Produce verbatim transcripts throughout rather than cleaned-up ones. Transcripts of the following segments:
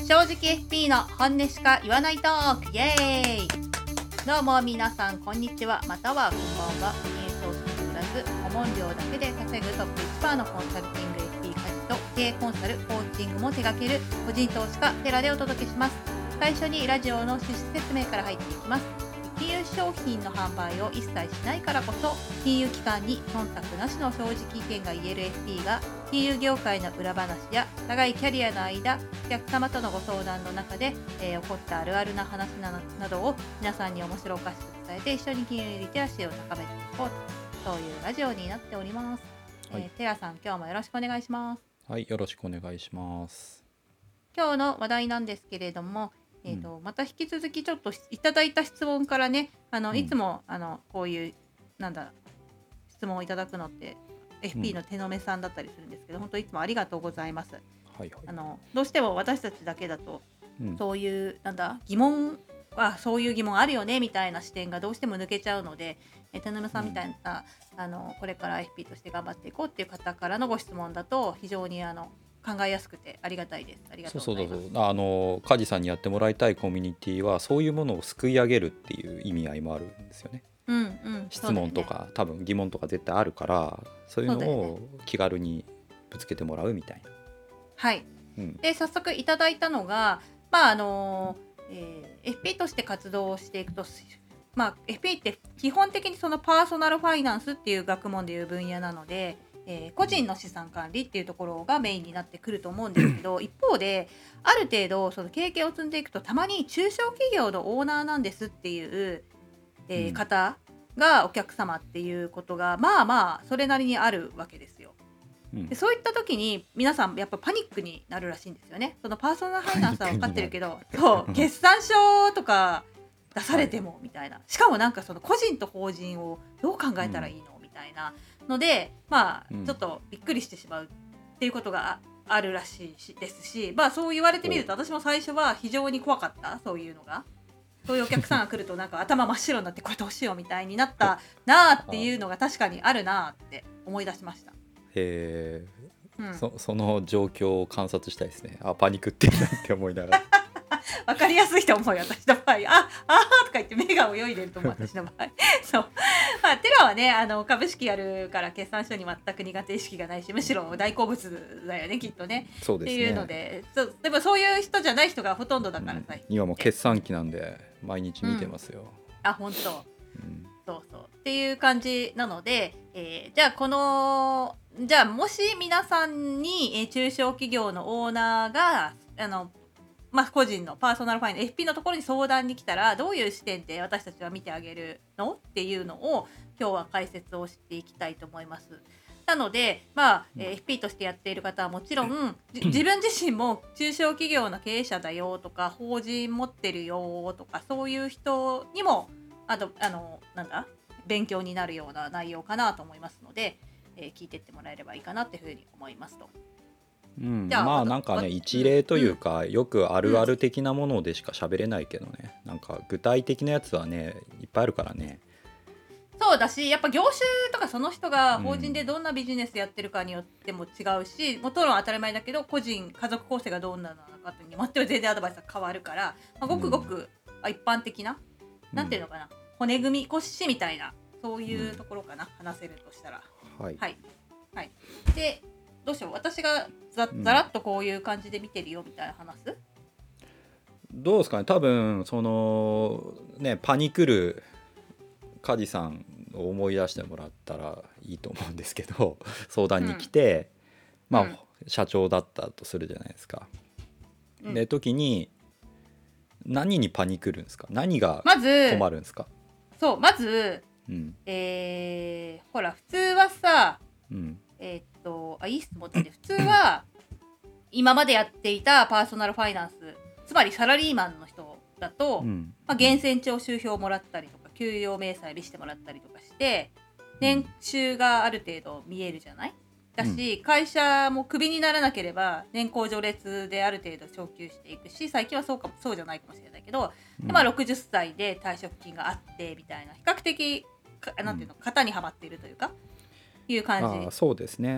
正直 エフピー の本音しか言わないトークイエーイ。どうも皆さんこんにちは、またはこんばんは。金融投資によらず顧問料だけで稼ぐトップ いちパーセント のコンサルティング エフピー 家事と経営コンサル、コーチングも手掛ける個人投資家テラでお届けします。最初にラジオの趣旨説明から入っていきます。金融商品の販売を一切しないからこそ、金融機関に忖度なしの正直意見が言える エフピー が金融業界の裏話や長いキャリアの間、お客様とのご相談の中で、えー、起こったあるあるな話 な, などを皆さんに面白おかしく伝えて、一緒に金融リテラシーを高めていこうと、そういうラジオになっております。はい、えー、テラさん、今日もよろしくお願いします。 はい、よろしくお願いします。 今日の話題なんですけれども、えーとうん、また引き続きちょっといただいた質問からね、あの、うん、いつもあのこういうなんだ質問をいただくのって エフピー の手の目さんだったりするんですけど、うん、本当いつもありがとうございます。はいはい、あのどうしても私たちだけだと、うん、そういうなんだ疑問はそういう疑問あるよねみたいな視点がどうしても抜けちゃうので、え手の目さんみたいな、うん、あのこれから エフピー として頑張っていこうっていう方からのご質問だと非常にあの考えやすくてありがたいです。ありがとうございます。 そうそうそう、あの梶さんにやってもらいたいコミュニティはそういうものをすくい上げるっていう意味合いもあるんですよね。 うんうん、 質問とか、ね、多分疑問とか絶対あるから、そういうのを気軽にぶつけてもらうみたいな。 はい、うん、で早速いただいたのが、まああのえー、エフピー として活動をしていくと、まあ、エフピー って基本的にそのパーソナルファイナンスっていう学問でいう分野なので、えー、個人の資産管理っていうところがメインになってくると思うんですけど、一方である程度その経験を積んでいくと、たまに中小企業のオーナーなんですっていう、えー、方がお客様っていうことがまあまあそれなりにあるわけですよ。でそういった時に皆さんやっぱパニックになるらしいんですよね。そのパーソナルファイナンスは分かってるけど、そう決算書とか出されてもみたいな、しかもなんかその個人と法人をどう考えたらいいの、うん、みたいなので、まあちょっとびっくりしてしまうっていうことがあるらしいですし、まあそう言われてみると私も最初は非常に怖かった。そういうのが、そういうお客さんが来るとなんか頭真っ白になってこれどうしようみたいになったなっていうのが確かにあるなって思い出しました。 へー、うん、そ, その状況を観察したいですね。あ、パニックってんだって思いながら分かりやすいと思うよ、私の場合。ああとか言って目が泳いでると思う、私の場合そう、まあ、テラはね、あの株式やるから決算書に全く苦手意識がないし、むしろ大好物だよねきっとね。 そうですね。 っていうので、そでもそういう人じゃない人がほとんどだからさ、うん、 今も決算期なんで毎日見てますよ、うん、 あ、本当、うん、そうそうっていう感じなので、えー、じゃあこのじゃあもし皆さんに、えー、中小企業のオーナーがあのまあ、個人のパーソナルファイナンス エフピー のところに相談に来たらどういう視点で私たちは見てあげるのっていうのを今日は解説をしていきたいと思います。なので、まあ、エフピー としてやっている方はもちろん自分自身も中小企業の経営者だよとか法人持ってるよとか、そういう人にもあとあのなんだ勉強になるような内容かなと思いますので、えー、聞いてってもらえればいいかなっていうふうに思いますと。 うん、まあなんかね一例というか、うん、よくあるある的なものでしか喋れないけどね、うん、なんか具体的なやつはねいっぱいあるからね。 そうだし、やっぱ業種とかその人が法人でどんなビジネスやってるかによっても違うし、うん、もちろん当たり前だけど個人家族構成がどんなのかっていうによっては全然アドバイスが変わるから、まあ、ごくごく一般的な、うん、なんていうのかな、骨組み骨子みたいなそういうところかな、うん、話せるとしたら、 はいはいはい、でどうしよう、私が ざ, ざらっとこういう感じで見てるよみたいな話す、 うん、どうですかね。多分そのねパニクる梶さんを思い出してもらったらいいと思うんですけど相談に来て、うん、まあ、うん、社長だったとするじゃないですか、うん、で時に何にパニクるんですか。何が困るんですか。 まずそうまず、うん、えー、ほら普通はさ、うん、えー、っとあいい質問だね。普通は今までやっていたパーソナルファイナンス、つまりサラリーマンの人だと、うんまあ、源泉徴収票をもらったりとか給与明細見せてもらったりとかして年収がある程度見えるじゃない。だし、うん、会社もクビにならなければ年功序列である程度昇給していくし、最近はそうかもそうじゃないかもしれないけど、うんでまあ、ろくじゅっさいで退職金があってみたいな比較的なんていうの、型にはまっているというかいう感じ。 あ、そうですね。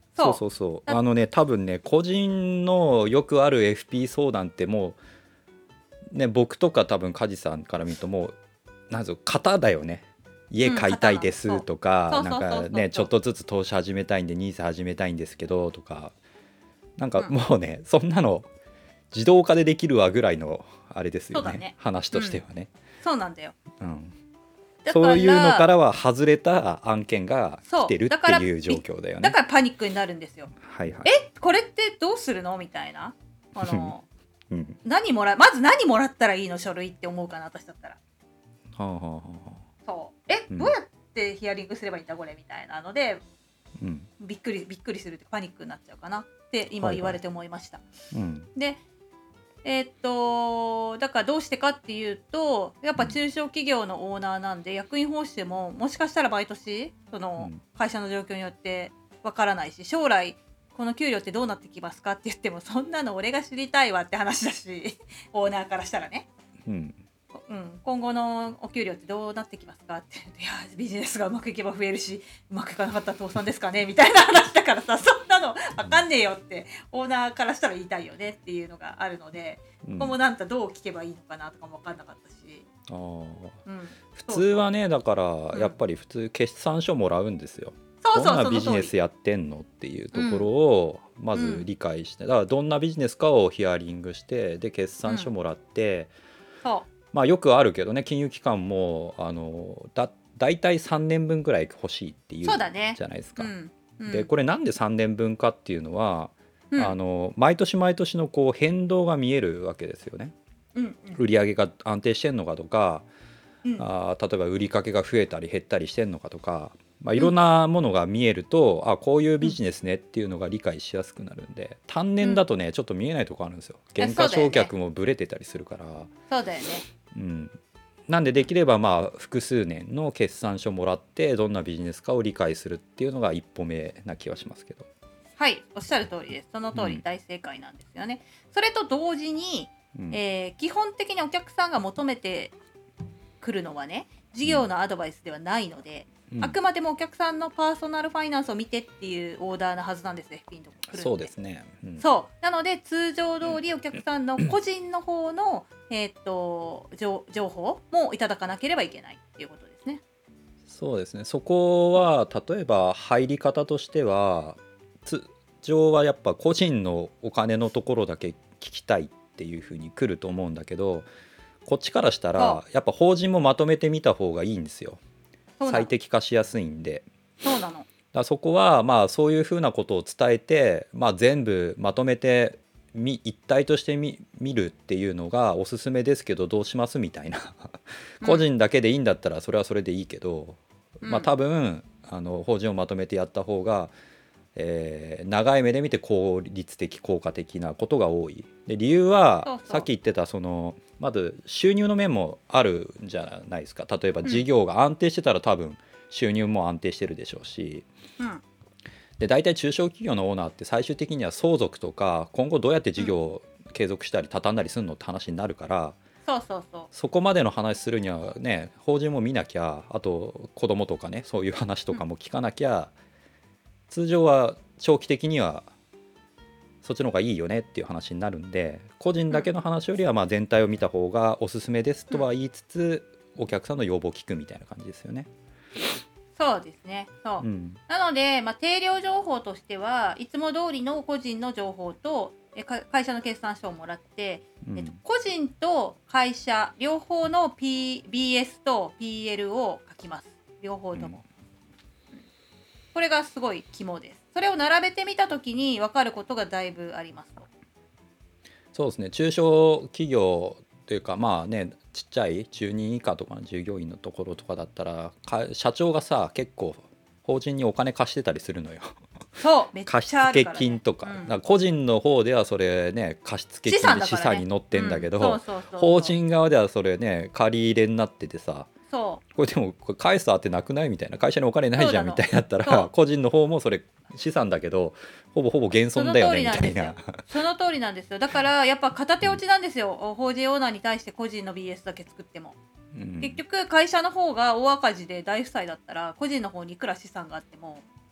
そうそうそうあのね多分ね個人のよくある エフピー 相談ってもうね僕とか多分梶さんから見るともうなんぞ型だよね。家買いたいですとか、なんかねちょっとずつ投資始めたいんでニーサ始めたいんですけどとか、なんかもうね、うん、そんなの自動化でできるわぐらいのあれですよ ね, ね話としてはね、 うん、そうなんだよ、 うん、そういうのからは外れた案件が来てるっていう状況だよね。 だからパニックになるんですよ。 はいはい、 えこれってどうするのみたいなあの、 うん、 何もらまず何もらったらいいの書類って思うかな私だったら。 はあはあはあ、 そうえ、うん、どうやってヒアリングすればいいんだこれみたいなので、うん、びっくりびっくりするってパニックになっちゃうかなって今言われて思いました。はいはい、うん、でえー、っとだからどうしてかっていうとやっぱ中小企業のオーナーなんで、うん、役員報酬ももしかしたら毎年その会社の状況によってわからないし、将来この給料ってどうなってきますかって言ってもそんなの俺が知りたいわって話だしオーナーからしたらね、うんうん、今後のお給料ってどうなってきますかって言って、いやビジネスがうまくいけば増えるしうまくいかなかったら倒産ですかねみたいな話だからさ、そんなの分かんねえよってオーナーからしたら言いたいよねっていうのがあるので、うん、ここもなんかどう聞けばいいのかなとかも分かんなかったし、 あ、うん、普通はねだからやっぱり普通決算書もらうんですよ、うん、どんなビジネスやってんのっていうところをまず理解して、うん、だからどんなビジネスかをヒアリングしてで決算書もらって、うん、そうまあ、よくあるけどね金融機関もあのだ大体さんねんぶんぐらい欲しいっていうじゃないですか、ねうんうん、でこれなんでさんねんぶんかっていうのは、うん、あの毎年毎年のこう変動が見えるわけですよね、うんうん、売上が安定してんのかとか、うん、あ例えば売りかけが増えたり減ったりしてんのかとか、まあ、いろんなものが見えると、うん、あこういうビジネスねっていうのが理解しやすくなるんで、単年だとね、うん、ちょっと見えないとこあるんですよ。減価償却もブレてたりするから。 そうだよね、 うん、なんでできればまあ複数年の決算書もらってどんなビジネスかを理解するっていうのが一歩目な気はしますけど。 はいおっしゃる通りです。その通り、大正解なんですよね、うん、それと同時に、うんえー、基本的にお客さんが求めてくるのはね事業のアドバイスではないので、うん、あくまでもお客さんのパーソナルファイナンスを見てっていうオーダーなはずなんです。 エフピー のとこ来るんで。 そうですね、うん、 そうなので通常通りお客さんの個人の方の、えー、っと情, 情報もいただかなければいけないっていうことですね。 そうですね、そこは例えば入り方としては通常はやっぱ個人のお金のところだけ聞きたいっていうふうに来ると思うんだけど、こっちからしたらやっぱ法人もまとめてみた方がいいんですよ。最適化しやすいんで。 そうなの。 だそこはまあそういうふうなことを伝えて、まあ、全部まとめてみ一体としてみ見るっていうのがおすすめですけどどうしますみたいな個人だけでいいんだったらそれはそれでいいけど、うん、まあ多分あの法人をまとめてやった方が、えー、長い目で見て効率的効果的なことが多い。で理由はそうそうさっき言ってたそのまず収入の面もあるんじゃないですか。例えば事業が安定してたら多分収入も安定してるでしょうし、うん、で大体中小企業のオーナーって最終的には相続とか今後どうやって事業を継続したり畳んだりするのって話になるから、 そうそうそう、 そこまでの話するにはね法人も見なきゃ、あと子供とかねそういう話とかも聞かなきゃ、うん、通常は長期的にはそっちの方がいいよねっていう話になるんで、個人だけの話よりはまあ全体を見た方がおすすめですとは言いつつ、うん、お客さんの要望を聞くみたいな感じですよね。 そうですね。そう、うん、なので、まあ、定量情報としてはいつも通りの個人の情報とえ会社の決算書をもらって、うんえっと、個人と会社両方の、P、ビーエス と ピーエル を書きます。両方とも、うん、これがすごい肝です。それを並べてみたときに分かることがだいぶありますと。 そうですね、中小企業というかまあねちっちゃいじゅうにん以下とかの従業員のところとかだったら社長がさ結構法人にお金貸してたりするのよ。 そうめっちゃあるからね、 貸付金とか、うん、だから個人の方ではそれね貸付金で資産に載ってんだけど、法人側ではそれね借り入れになっててさ、 そうこれでもこれ返すあてなくないみたいな、会社にお金ないじゃんみたいになったら個人の方もそれ資産だけどほぼほぼ減損だよねみたいな。 その通りなんですよ。だからやっぱ片手落ちなんですよ、うん、法人オーナーに対して個人の ビーエス だけ作っても、うん、結局会社の方が大赤字で大負債だったら個人の方にいくら資産があっても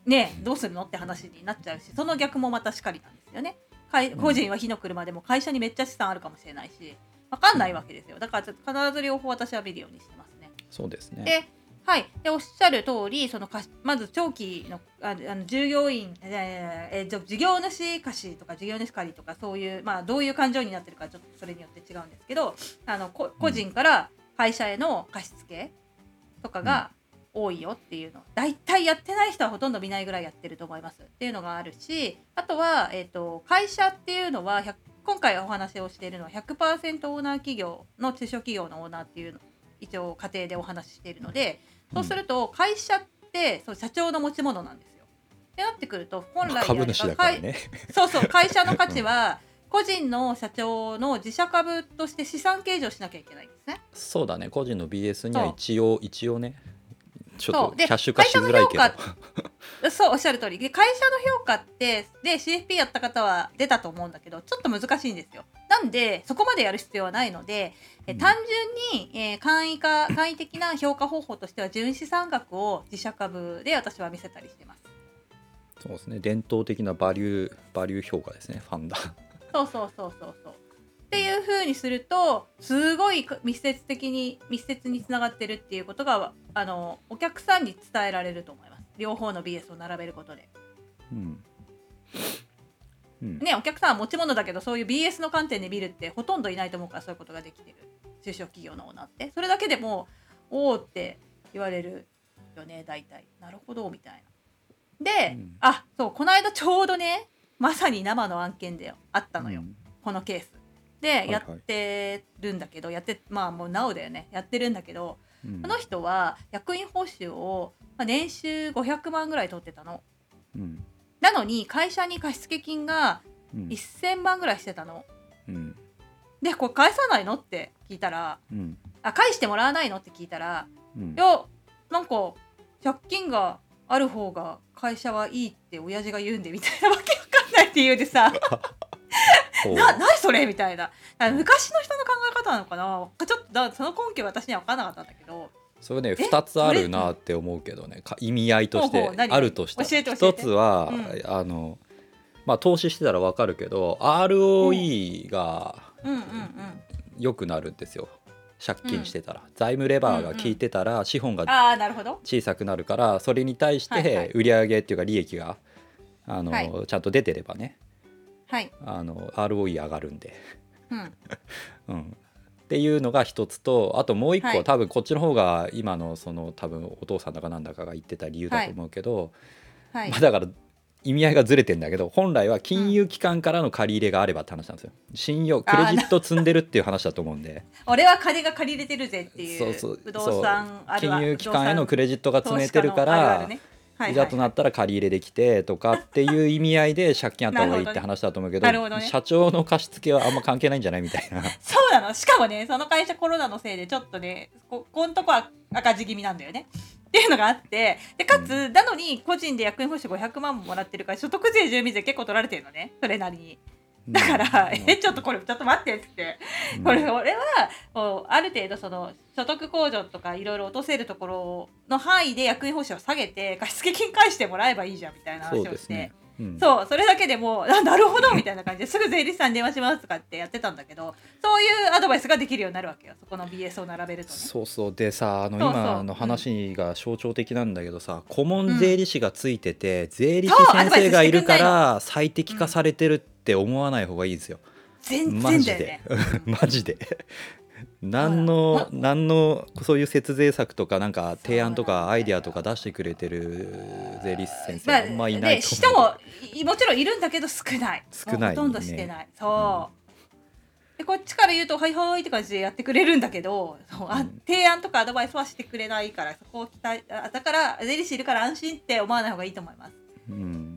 ねどうするのって話になっちゃうし、その逆もまたしかりなんですよね。個人は火の車でも会社にめっちゃ資産あるかもしれないし分かんないわけですよ。だから必ず両方私は見るようにしてますね。 そうですね。 ではい、でおっしゃる通りそのまず長期のああの従業員、えーえー、事業主貸しとか事業主借りとかそういう、まあ、どういう感情になってるかちょっとそれによって違うんですけど、あのこ個人から会社への貸し付けとかが多いよっていうの、だいたいやってない人はほとんど見ないぐらいやってると思いますっていうのがあるし、あとは、えーと、会社っていうのは今回お話をしているのは ひゃくパーセント オーナー企業の中小企業のオーナーっていうの一応家庭でお話ししているので、そうすると会社ってそう社長の持ち物なんですよ。ってなってくると本来であれば株主だからね。 そうそう会社の価値は個人の社長の自社株として資産計上しなきゃいけないんですね。 そうだね、個人の ビーエス には一応一応ねちょっとキでャッシュ化しづらいけどそうおっしゃる通りで会社の評価ってで シーエフピー やった方は出たと思うんだけどちょっと難しいんですよ。なんでそこまでやる必要はないので、え単純に、えー、簡易化簡易的な評価方法としては純資産額を自社株で私は見せたりしてます。 そうですね、伝統的なバリューバリュー評価ですね、ファンダそうそうそうそうそうっていう風にするとすごい密接的に密接につながってるっていうことがあのお客さんに伝えられると思います。両方の ビーエス を並べることで、 うんうんね、お客さんは持ち物だけどそういう ビーエス の観点で見るってほとんどいないと思うから、そういうことができてる中小企業のオーナーってそれだけでもおーって言われるよね。大体なるほどみたいなで、うん、あそうこの間ちょうどねまさに生の案件であったのよ、うん、このケースでやってるんだけど、はいはい、やってまあもうなおだよねやってるんだけど、うん、この人は役員報酬を、まあ、年収ごひゃくまんぐらい取ってたの、うん、なのに会社に貸付金がせんまんぐらいしてたの、うん、でこれ返さないのって聞いたら、うん、あ返してもらわないのって聞いたら、うん、いやなんか借金がある方が会社はいいって親父が言うんでみたいなわけわかんないって言うでさな、何それみたいな、昔の人の考え方なのかな、ちょっとだその根拠は私には分からなかったんだけど、 それねふたつあるなって思うけどね、意味合いとしてあるとしたらひとつは、うん、あのまあ投資してたら分かるけど アールオーイー が良くなるんですよ。借金してたら、うん、財務レバーが効いてたら資本が小さくなるから、それに対して売上っていうか利益があの、はい、ちゃんと出てればね、はい、あの アールオーイー 上がるんで、うんうん、っていうのが一つと、あともう一個、はい、多分こっちの方が今のその多分お父さんだかなんだかが言ってた理由だと思うけど、はいはい、まあ、だから意味合いがずれてんだけど、本来は金融機関からの借り入れがあればって話なんですよ。信用クレジット積んでるっていう話だと思うんで俺は金が借りれてるぜっていう、そうそう不動産ある金融機関へのクレジットが積めてるから、ね、いざとなったら借り入れできてとかっていう意味合いで借金あった方がいいって話だと思うけどど、ね、社長の貸し付けはあんま関係ないんじゃないみたいなそうなの。しかもねその会社コロナのせいでちょっとね こ, こんとこは赤字気味なんだよねっていうのがあって、でかつ、うん、なのに個人で役員報酬ごひゃくまんももらってるから所得税住民税結構取られてるのね、それなりに。だから、うん、えちょっとこれちょっと待ってっつって、うん、これ俺はある程度その所得控除とかいろいろ落とせるところの範囲で役員報酬を下げて貸付金返してもらえばいいじゃんみたいな話をして、うん、そうそれだけでもう な, なるほどみたいな感じですぐ税理士さんに電話しますとかってやってたんだけど、そういうアドバイスができるようになるわけよ、そこの ビーエス を並べるとね。 そうそうでさ、あの今の話が象徴的なんだけどさ、うん、顧問税理士がついてて、うん、税理士先生がいるから最適化されてるって思わない方がいいですよ、 全然だよねマジで何の何のそういう節税策とかなんか提案とかアイデアとか出してくれてる税理士先生、まあ、あんまいないと思う。 まあ、人ももちろんいるんだけど少ない少ない、ね、 ほとんどしてない。そう、うん、でこっちから言うとはいはいって感じでやってくれるんだけど、そうあ、うん、提案とかアドバイスはしてくれないから、そこを期待だから税理士いるから安心って思わない方がいいと思います、うん、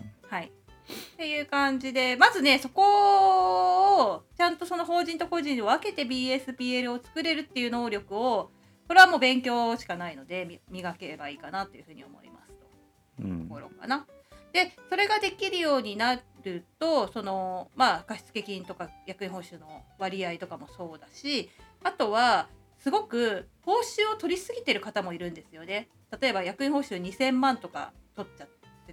はいっていう感じで、まずねそこをちゃんとその法人と個人で分けて ビーエスピーエル を作れるっていう能力を、これはもう勉強しかないので磨ければいいかなというふうに思いますというところかな、うん、でそれができるようになると、そのまあ貸付金とか役員報酬の割合とかもそうだし、あとはすごく報酬を取りすぎてる方もいるんですよね。例えば役員報酬にせんまんとか取っちゃってた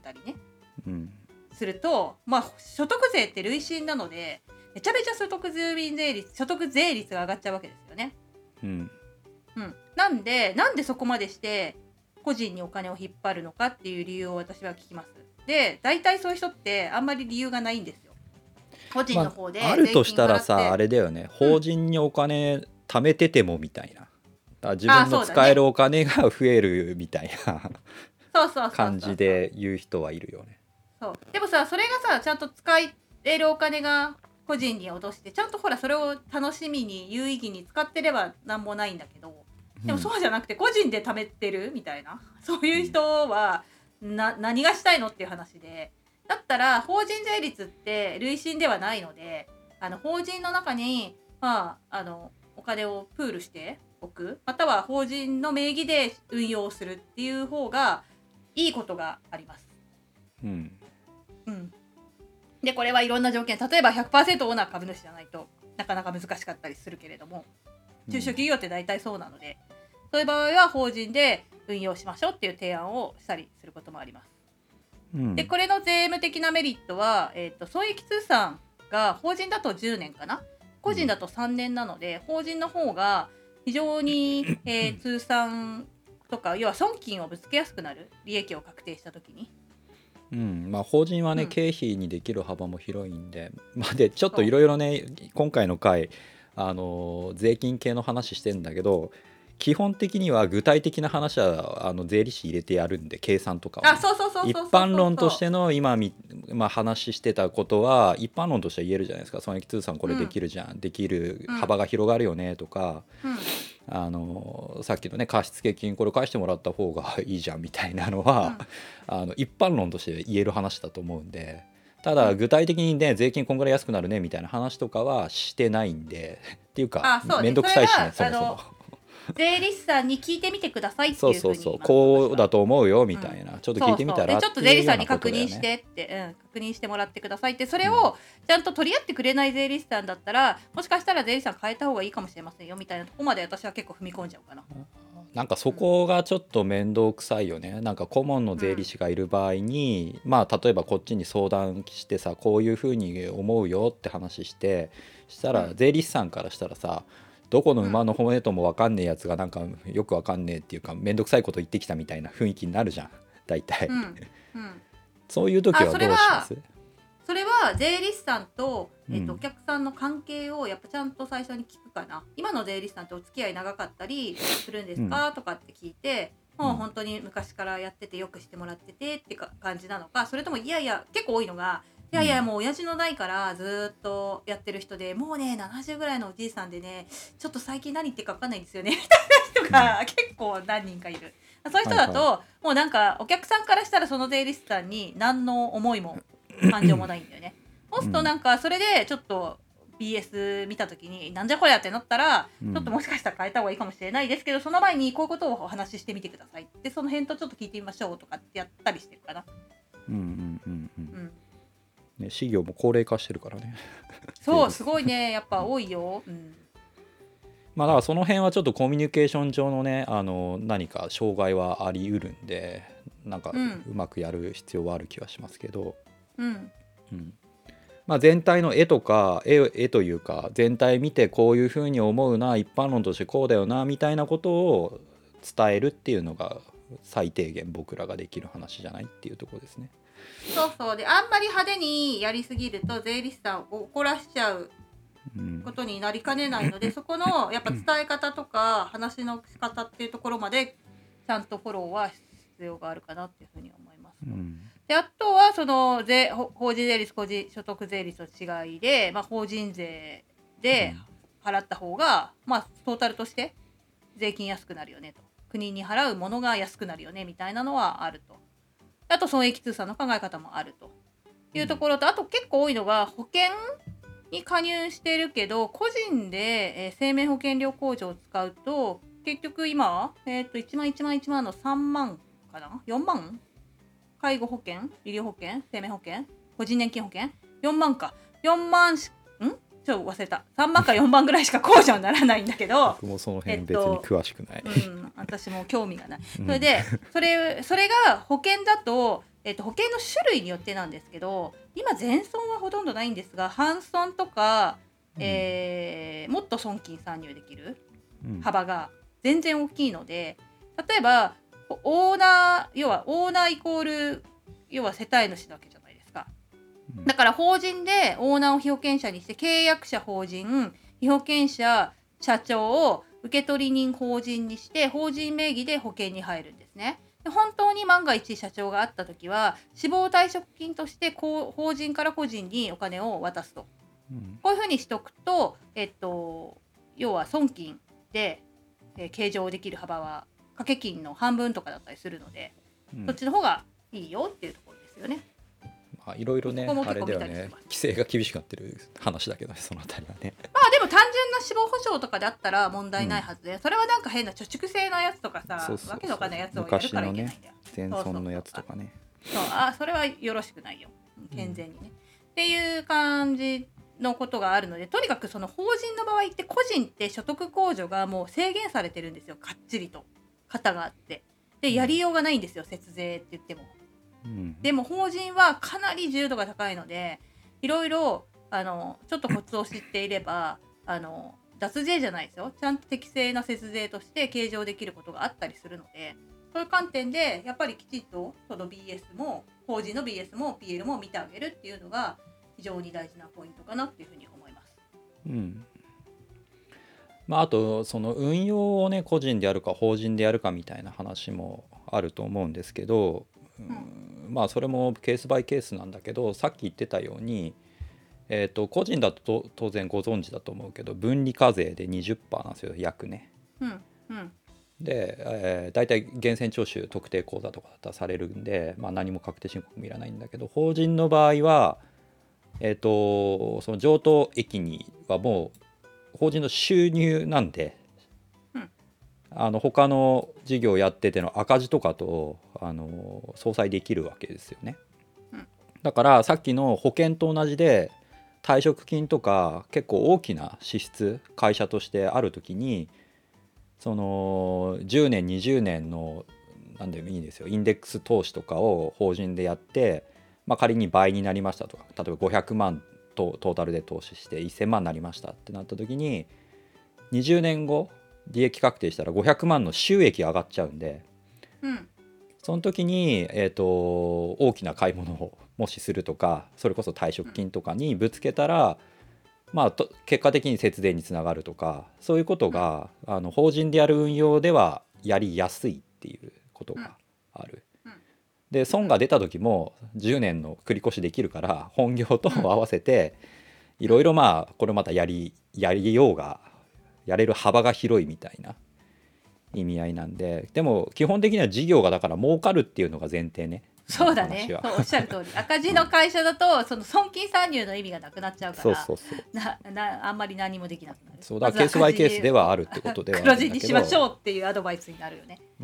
たりね、 うん、 すると、まあ、所得税って累進なのでめちゃめちゃ所得住民税率所得税率が上がっちゃうわけですよね。 うんうん、なんでなんでそこまでして個人にお金を引っ張るのかっていう理由を私は聞きます。で大体そういう人ってあんまり理由がないんですよ。個人の方でまあ、あるとしたらさあれだよね、法人にお金貯めててもみたいな、だから自分の使えるお金が増えるみたいな感じで言う人はいるよね。 そうでもさそれがさちゃんと使えるお金が個人に脅してちゃんとほらそれを楽しみに有意義に使ってればなんもないんだけど、でもそうじゃなくて個人で貯めてるみたいな、そういう人はな何がしたいのっていう話で、だったら法人税率って累進ではないので、あの法人の中に、まあ、あのお金をプールしておく、または法人の名義で運用するっていう方がいいことがあります。 うんうん、でこれはいろんな条件、例えば ひゃくパーセント オーナー株主じゃないとなかなか難しかったりするけれども、中小企業って大体そうなので、うん、そういう場合は法人で運用しましょうっていう提案をしたりすることもあります。うん、でこれの税務的なメリットは、えーと、損益通算が法人だとじゅうねんかな、個人だとさんねんなので、法人の方が非常に、えー、通算とか要は損金をぶつけやすくなる、利益を確定した時に。 うんまあ、法人はね、うん、経費にできる幅も広いんで、まあ、でちょっといろいろね今回の回あの税金系の話してんだけど、基本的には具体的な話はあの税理士入れてやるんで、計算とかは、ね、一般論としての今、まあ、話してたことは一般論としては言えるじゃないですか。損益通算これできるじゃん、うん、できる幅が広がるよねとか、うん、あのさっきのね貸付金これ返してもらった方がいいじゃんみたいなのは、うん、あの一般論として言える話だと思うんで、ただ具体的にね税金こんぐらい安くなるねみたいな話とかはしてないんで、っていうかめんどくさいしね、そもそも税理士さんに聞いてみてくださいっていうふうに言います。 そうそうそう、こうだと思うよみたいな、うん、ちょっと聞いてみたら、 そうそう、でちょっと税理士さんに確認してって、うん、確認してもらってくださいって、それをちゃんと取り合ってくれない税理士さんだったら、もしかしたら税理士さん変えた方がいいかもしれませんよみたいなとこまで私は結構踏み込んじゃうかな。 なんかそこがちょっと面倒くさいよね、うん、なんか顧問の税理士がいる場合に、うん、まあ例えばこっちに相談してさ、こういうふうに思うよって話してしたら、税理士さんからしたらさ、どこの馬の骨とも分かんねえやつがなんかよく分かんねえっていうかめんどくさいこと言ってきたみたいな雰囲気になるじゃん大体、うんうん、そういう時はどうします？ それは税理士さんと、えーと、お客さんの関係をやっぱちゃんと最初に聞くかな。今の税理士さんとお付き合い長かったりするんですか、うん、とかって聞いて、もう本当に昔からやっててよくしてもらっててってか感じなのか、それともいやいや結構多いのが、いやいやもう親父の代からずっとやってる人で、もうねななじゅうぐらいのおじいさんでね、ちょっと最近何言ってるか分かんないんですよねみたいな人が結構何人かいる。そういう人だと、はいはい、もうなんかお客さんからしたらその税理士さんに何の思いも感情もないんだよね。そうするとなんかそれでちょっと ビーエス 見た時になんじゃこりゃってなったら、ちょっともしかしたら変えた方がいいかもしれないですけど、その前にこういうことをお話ししてみてくださいって、その辺とちょっと聞いてみましょうとかってやったりしてるかな。 うんうんうんうん、うんね、事業も高齢化してるからねそうすごいね、やっぱ多いよ、うん、 まあだからその辺はちょっとコミュニケーション上のね、あの何か障害はありうるんで、なんかうまくやる必要はある気はしますけど、 うんうんまあ、全体の絵とか 絵, 絵というか全体見てこういうふうに思うな、一般論としてこうだよなみたいなことを伝えるっていうのが最低限僕らができる話じゃないっていうところですね。 そうそう、であんまり派手にやりすぎると税理士さんを怒らしちゃうことになりかねないので、うん、そこのやっぱ伝え方とか話の仕方っていうところまでちゃんとフォローは必要があるかなっていうふうに思います、うん、であとはその税法人税率個人所得税率の違いで、まあ、法人税で払った方が、まあ、トータルとして税金安くなるよねと、国に払うものが安くなるよねみたいなのはあると。あと損益通算の考え方もあるというところと、あと結構多いのが保険に加入してるけど個人で、えー、生命保険料控除を使うと結局今は、えー、といちまんいちまんいちまんのさんまんかな、よんまん、介護保険、医療保険、生命保険、個人年金保険、よんまんか、よんまんしんちょっと忘れた、さんまんかよんまんぐらいしか控除にならないんだけど、 僕もその辺別に詳しくない、 えっとうん、私も興味がない、うん、それでそれそれが保険だと、 えー、と保険の種類によってなんですけど、今全損はほとんどないんですが、半損とか、えー、もっと損金参入できる幅が全然大きいので、例えばオーナー要はオーナーイコール要は世帯主なわけじゃないですか。だから法人でオーナーを被保険者にして、契約者法人、被保険者社長を受取人法人にして、法人名義で保険に入るんですね。で本当に万が一社長があった時は死亡退職金としてこう法人から個人にお金を渡すと、うん、こういうふうにしとくと、えっと、要は損金で、えー、計上できる幅は掛け金の半分とかだったりするので、うん、そっちの方がいいよっていうところですよね。 まあ、いろいろね、あれだよね、規制が厳しくなってる話だけどね、そのあたりはね。 まあでも単純な死亡保障とかであったら問題ないはずで、うん、それはなんか変な貯蓄性のやつとかさ、そうそうそう、わけのわかんないやつをやるからいけないんだよ。 昔のね、前損のやつとかね。 そう、あ、それはよろしくないよ、健全にね、うん、っていう感じのことがあるので、とにかくその法人の場合って個人って所得控除がもう制限されてるんですよ、かっちりと型があって、でやりようがないんですよ、節税って言っても。うん、でも法人はかなり自由度が高いので、いろいろあのちょっとコツを知っていればあの脱税じゃないですよ、ちゃんと適正な節税として計上できることがあったりするので、そういう観点でやっぱりきちっとその ビーエス も法人の ビーエス も ピーエル も見てあげるっていうのが非常に大事なポイントかなっていうふうに思います。 うん。まあ、あとその運用をね、個人でやるか法人でやるかみたいな話もあると思うんですけど、うん、まあそれもケースバイケースなんだけど、さっき言ってたように、えー、と個人だと当然ご存知だと思うけど、分離課税で にじゅっパーセント なんですよ、約ね。 うんうん、 で、えー、大体源泉徴収特定口座とかだったらされるんで、まあ、何も確定申告もいらないんだけど、法人の場合は、えー、とその譲渡益にはもう法人の収入なんで、うん、あの他の事業やってての赤字とかとあの相殺できるわけですよね。うん、だからさっきの保険と同じで、退職金とか結構大きな支出会社としてあるときに、そのじゅうねんにじゅうねんの何でもいいんですよ、インデックス投資とかを法人でやって、まあ、仮に倍になりましたとか、例えばごひゃくまんとトータルで投資していっせんまんになりましたってなった時に、にじゅうねんご利益確定したらごひゃくまんの収益上がっちゃうんで、うん、その時に、えーと、大きな買い物をもしするとか、それこそ退職金とかにぶつけたら、まあ、と結果的に節税につながるとか、そういうことが、うん、あの法人でやる運用ではやりやすいっていうことがある。うんうん、で損が出た時もじゅうねんの繰り越しできるから、本業と合わせていろいろ、まあこれまたやりやりようがやれる幅が広いみたいな意味合いなんで、でも基本的には事業がだから儲かるっていうのが前提ね。 そうだね、そうおっしゃる通り、赤字の会社だとその損金参入の意味がなくなっちゃうから、 そうそうそうななあんまり何もできなくなる。 そうだ、ケースバイケースではあるってことではあるんだけど、 黒字にしましょうっていうアドバイスになるよね。うん。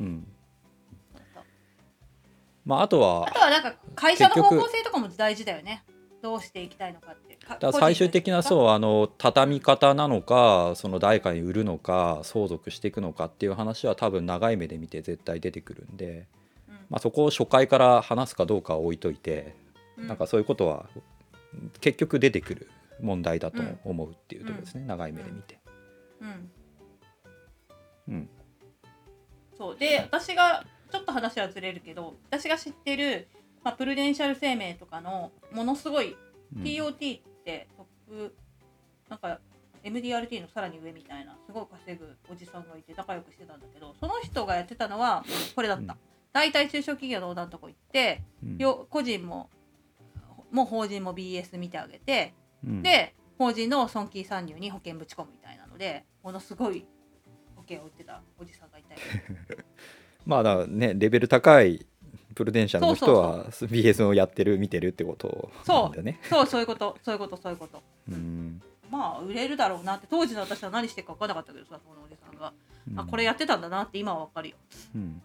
まああとはあとはなんか会社の方向性とかも大事だよね。どうしていきたいのかって。 だから最終的なそうあの畳み方なのか、その誰かに売るのか相続していくのかっていう話は多分長い目で見て絶対出てくるんで、うん、まあ、そこを初回から話すかどうかは置いといて、うん、なんかそういうことは結局出てくる問題だと思うっていうところですね、うん、長い目で見て。うん、 うん、そうで、私がちょっと話はずれるけど、私が知ってる、まあ、プルデンシャル生命とかのものすごい ティーオーティー ってトップ、なんか エムディーアールティー のさらに上みたいなすごい稼ぐおじさんがいて仲良くしてたんだけど、その人がやってたのはこれだった。大体中小企業の横断とこ行って、うん、よ個人ももう法人も ビーエス 見てあげて、うん、で法人の損金参入に保険ぶち込むみたいなので、ものすごい保険を売ってたおじさんがいたりまあだね、レベル高いプルデンシャルの人は ビーエス をやってる見てるってことなんだよね。 そうそうそういうことそういうことそういうこと。うん、まあ売れるだろうなって、当時の私は何してるか分からなかったけどさ、そのおじさんが、うん、あこれやってたんだなって今は分かるよ。うん、うん、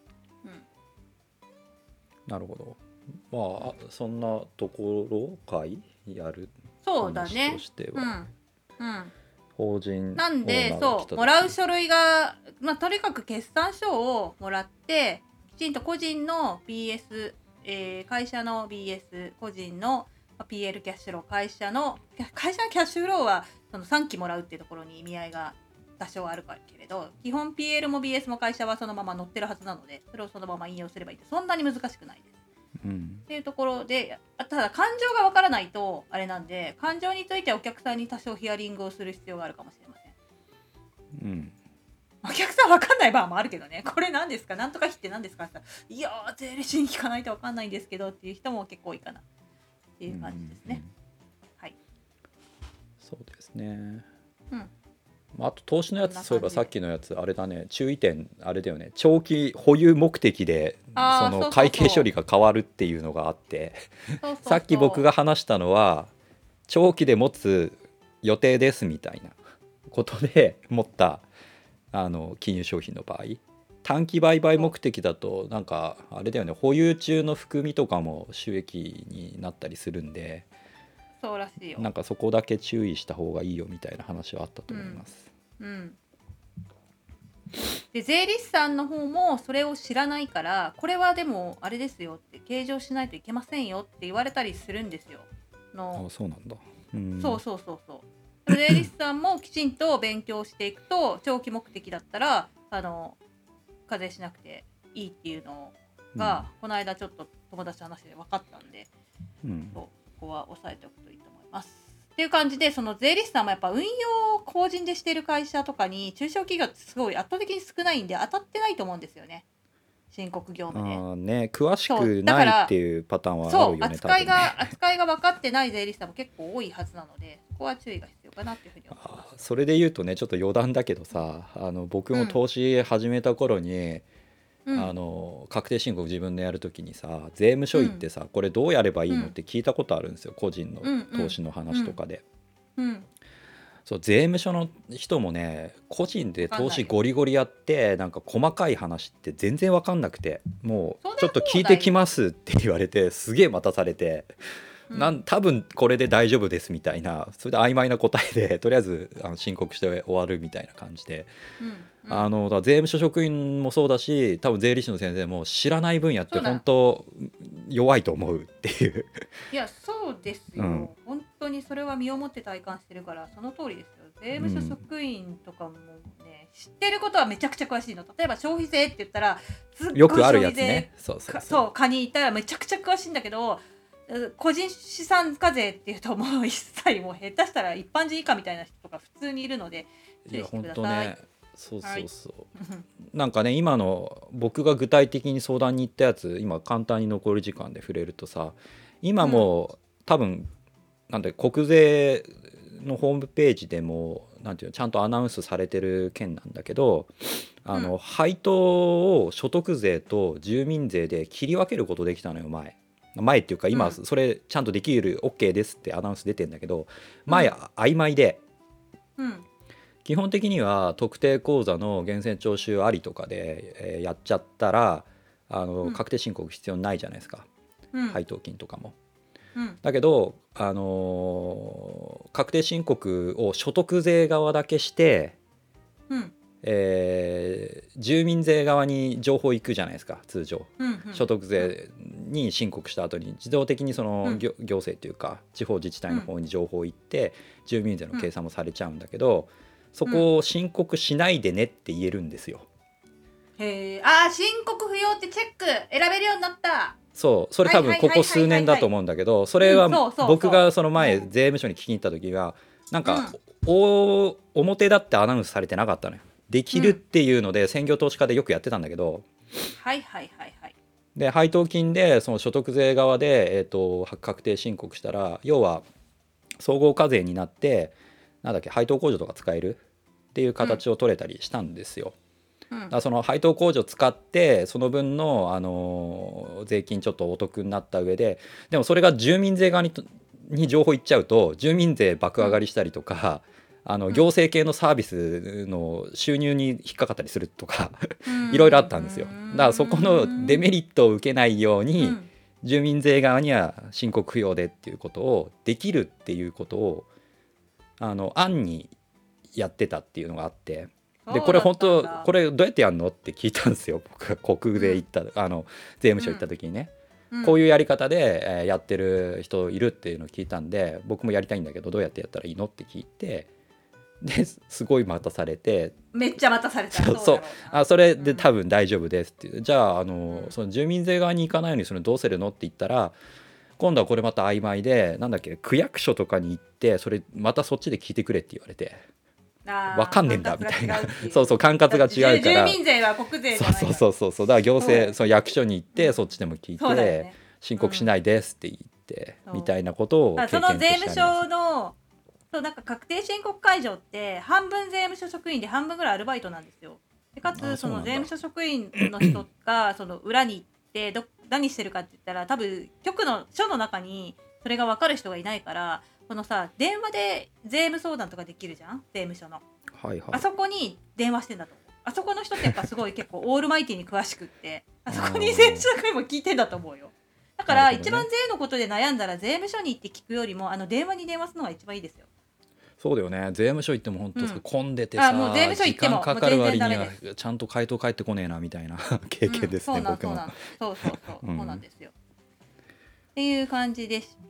なるほど。まあそんなところかいやる話としては。 そうだね。うん。うん法人なんでそうもらう書類が、まあ、とにかく決算書をもらって、きちんと個人の ビーエスえー会社の ビーエス、個人の ピーエル キャッシュフロー、会社の会社のキャッシュフローはそのさんきもらうっていうところに意味合いが多少あるかけれど、基本 ピーエル も ビーエス も会社はそのまま載ってるはずなので、それをそのまま引用すればいいって、そんなに難しくないです。 うん、 っていうところで、ただ感情がわからないとあれなんで、感情についてはお客さんに多少ヒアリングをする必要があるかもしれません。 うん、 お客さんわかんない場合もあるけどね、これ何ですか、なんとか費って何ですかって言ったら、いやー税理士に聞かないとわかんないんですけどっていう人も結構多いかなっていう感じですね。 うん、 はい。 そうですね。 うん。 あと投資のやつ、 こんな感じでそういえばさっきのやつあれだね、注意点あれだよね、長期保有目的でそのあーそうそうそう会計処理が変わるっていうのがあって、 そうそうそうさっき僕が話したのは長期で持つ予定ですみたいなことで持ったあの金融商品の場合、短期売買目的だとなんかあれだよね、保有中の含みとかも収益になったりするんで、 そうらしいよ。 なんかそこだけ注意した方がいいよみたいな話はあったと思います。 うん。で税理士さんの方もそれを知らないから、これはでもあれですよって計上しないといけませんよって言われたりするんですよ。のあ、そうなんだ。うん、 そうそうそうそう。税理士さんもきちんと勉強していくと、長期目的だったらあの課税しなくていいっていうのが、うん、この間ちょっと友達と話で分かったんで、うん、ここは押さえておくといいと思います。っていう感じで、その税理士さんもやっぱ運用を法人でしている会社とかに中小企業ってすごい圧倒的に少ないんで当たってないと思うんですよね、申告業務で。 あ、ね、詳しくないっていうパターンはあるよね。 そう、扱いが、 ね、 扱いが分かってない税理士さんも結構多いはずなので、ここは注意が必要かなっていうふうに思います。 あ、それで言うとね、ちょっと余談だけどさ、あの僕も投資始めた頃に、うん、あの確定申告自分でやるときにさ、税務署行ってさ、うん、これどうやればいいのって聞いたことあるんですよ、個人の投資の話とかで。うんうんうん、そう、税務署の人もね、個人で投資ゴリゴリやってなんか細かい話って全然分かんなくて、もうちょっと聞いてきますって言われて、すげえ待たされて、うん、なん多分これで大丈夫ですみたいな、それで曖昧な答えでとりあえずあの申告して終わるみたいな感じで、うんうん、あのだから税務署職員もそうだし、多分税理士の先生も知らない分野って本当弱いと思うっていう。 いやそうですよ、うん、本当にそれは身をもって体感してるからその通りですよ。税務署職員とかもね、知ってることはめちゃくちゃ詳しいの。例えば消費税って言ったらすっごいよくあるやつね。そうそうそう、 そう課にいたらめちゃくちゃ詳しいんだけど、個人資産課税っていうともう一切もう下手したら一般人以下みたいな人とか普通にいるので注意してください。いや本当ね、 そうそうそう、はい、なんかね、今の僕が具体的に相談に行ったやつ、今簡単に残り時間で触れるとさ、今も、うん、多分なんで国税のホームページでもなんていうのちゃんとアナウンスされてる件なんだけど、あの、うん、配当を所得税と住民税で切り分けることできたのよ。前前っていうか今それちゃんとできる OK ですってアナウンス出てんだけど、前曖昧で、うん、基本的には特定口座の源泉徴収ありとかで、えー、やっちゃったらあの、うん、確定申告必要ないじゃないですか、うん、配当金とかも、うん、だけど、あのー、確定申告を所得税側だけして、うんえー、住民税側に情報行くじゃないですか通常、うんうん、所得税に申告した後に自動的にその、うん、行, 行政というか地方自治体の方に情報行って、うん、住民税の計算もされちゃうんだけど、そこを申告しないでねって言えるんですよ。 へー、あー申告不要ってチェック選べるようになった。 そう、それ多分ここ数年だと思うんだけど、それは僕がその前税務署に聞きに行った時はなんか、うん、表だってアナウンスされてなかったのよ。できるっていうので専業投資家でよくやってたんだけど、 はいはいはいはい。 で配当金でその所得税側で、えーと確定申告したら要は総合課税になってなんだっけ配当控除とか使えるっていう形を取れたりしたんですよ。うん、だからその配当控除を使ってその分の、あのー、税金ちょっとお得になった上で、でもそれが住民税側にに情報いっちゃうと住民税爆上がりしたりとか、うん、あの行政系のサービスの収入に引っかかったりするとかいろいろあったんですよ。だからそこのデメリットを受けないように、うん、住民税側には申告不要でっていうことをできるっていうことをあの案にやってたっていうのがあって、でこれ本当これどうやってやるのって聞いたんですよ、僕が国税行った、うん、あの税務署行った時にね、 うん、 こういうやり方で、えーやってる人いるっていうのを聞いたんで、僕もやりたいんだけどどうやってやったらいいのって聞いて、ですごい待たされて、 めっちゃ待たされた。 そうそうだろうな。 あそれでうん多分大丈夫ですっていう、じゃあ、あのうんその住民税側に行かないようにするのどうするのって言ったら、今度はこれまた曖昧で、なんだっけ、区役所とかに行ってそれまたそっちで聞いてくれって言われて、 あーわかんねえんだみたいな管轄が違うっていうそうそう管轄が違うか住ら、 民税は国税じゃないそうそうそうそう、だから行そうだよ政その役所に行ってそっちでも聞いて、 そうだよね。 申告しないですって言って、 うんみたいなことをあそ経験としてありの税務ます。 署のそうなんか確定申告会場って半分税務署職員で半分ぐらいアルバイトなんですよ。でかあつそのそうなんだ税務署職員の人がその裏に行ってど何してるかって言ったら、多分局の署の中にそれが分かる人がいないから、このさ電話で税務相談とかできるじゃん、税務署のはいはい。 あそこに電話してんだと思う。あそこの人ってやっぱすごい結構オールマイティに詳しくってあそこに税務署職員も聞いてんだと思うよ。だからなるほどね一番税のことで悩んだら税務署に行って聞くよりもあの電話に電話するのが一番いいですよ。 そうだよね、税務署行っても本当うん混んでてさ、 あもう税務署行っても時間かかる割にもう全は然ダちゃんと回答返ってこねえなみたいな経験ですね、 うん、そうなん僕もそうなんそうそうそう、 うんそうなんですよっていう感じでした。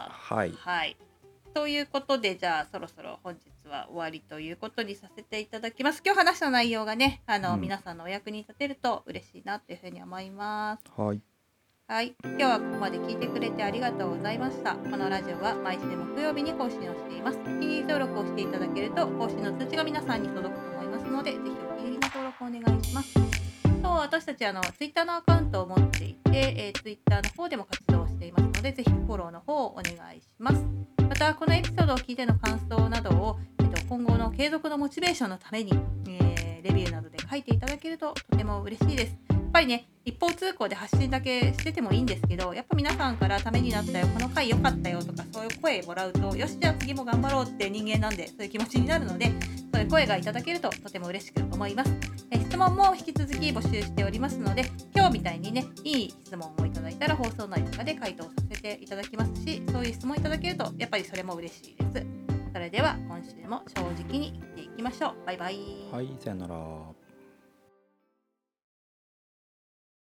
はいはいということで、じゃあそろそろ本日は終わりということにさせていただきます。今日話した内容がねあの、 うん皆さんのお役に立てると嬉しいなっていうふうに思います。 はいはい、今日はここまで聞いてくれてありがとうございました。このラジオは毎週木曜日に更新をしています。お気に入り登録をしていただけると更新の通知が皆さんに届くと思いますので、ぜひお気に入りの登録をお願いします。と私たちあのツイッターのアカウントを持っていて、えー、ツイッターの方でも活動していますので、ぜひフォローの方をお願いします。またこのエピソードを聞いての感想などを、えっと、今後の継続のモチベーションのために、えー、レビューなどで書いていただけるととても嬉しいです。やっぱりね一方通行で発信だけしててもいいんですけど、やっぱ皆さんからためになったよ、この回良かったよとかそういう声もらうと、よしじゃあ次も頑張ろうって人間なんでそういう気持ちになるので、そういう声がいただけるととても嬉しく思います。え質問も引き続き募集しておりますので、今日みたいにねいい質問をいただいたら放送内とかで回答させていただきますし、そういう質問いただけるとやっぱりそれも嬉しいです。それでは今週も正直に生きていきましょう。バイバイ。 はい、さよなら。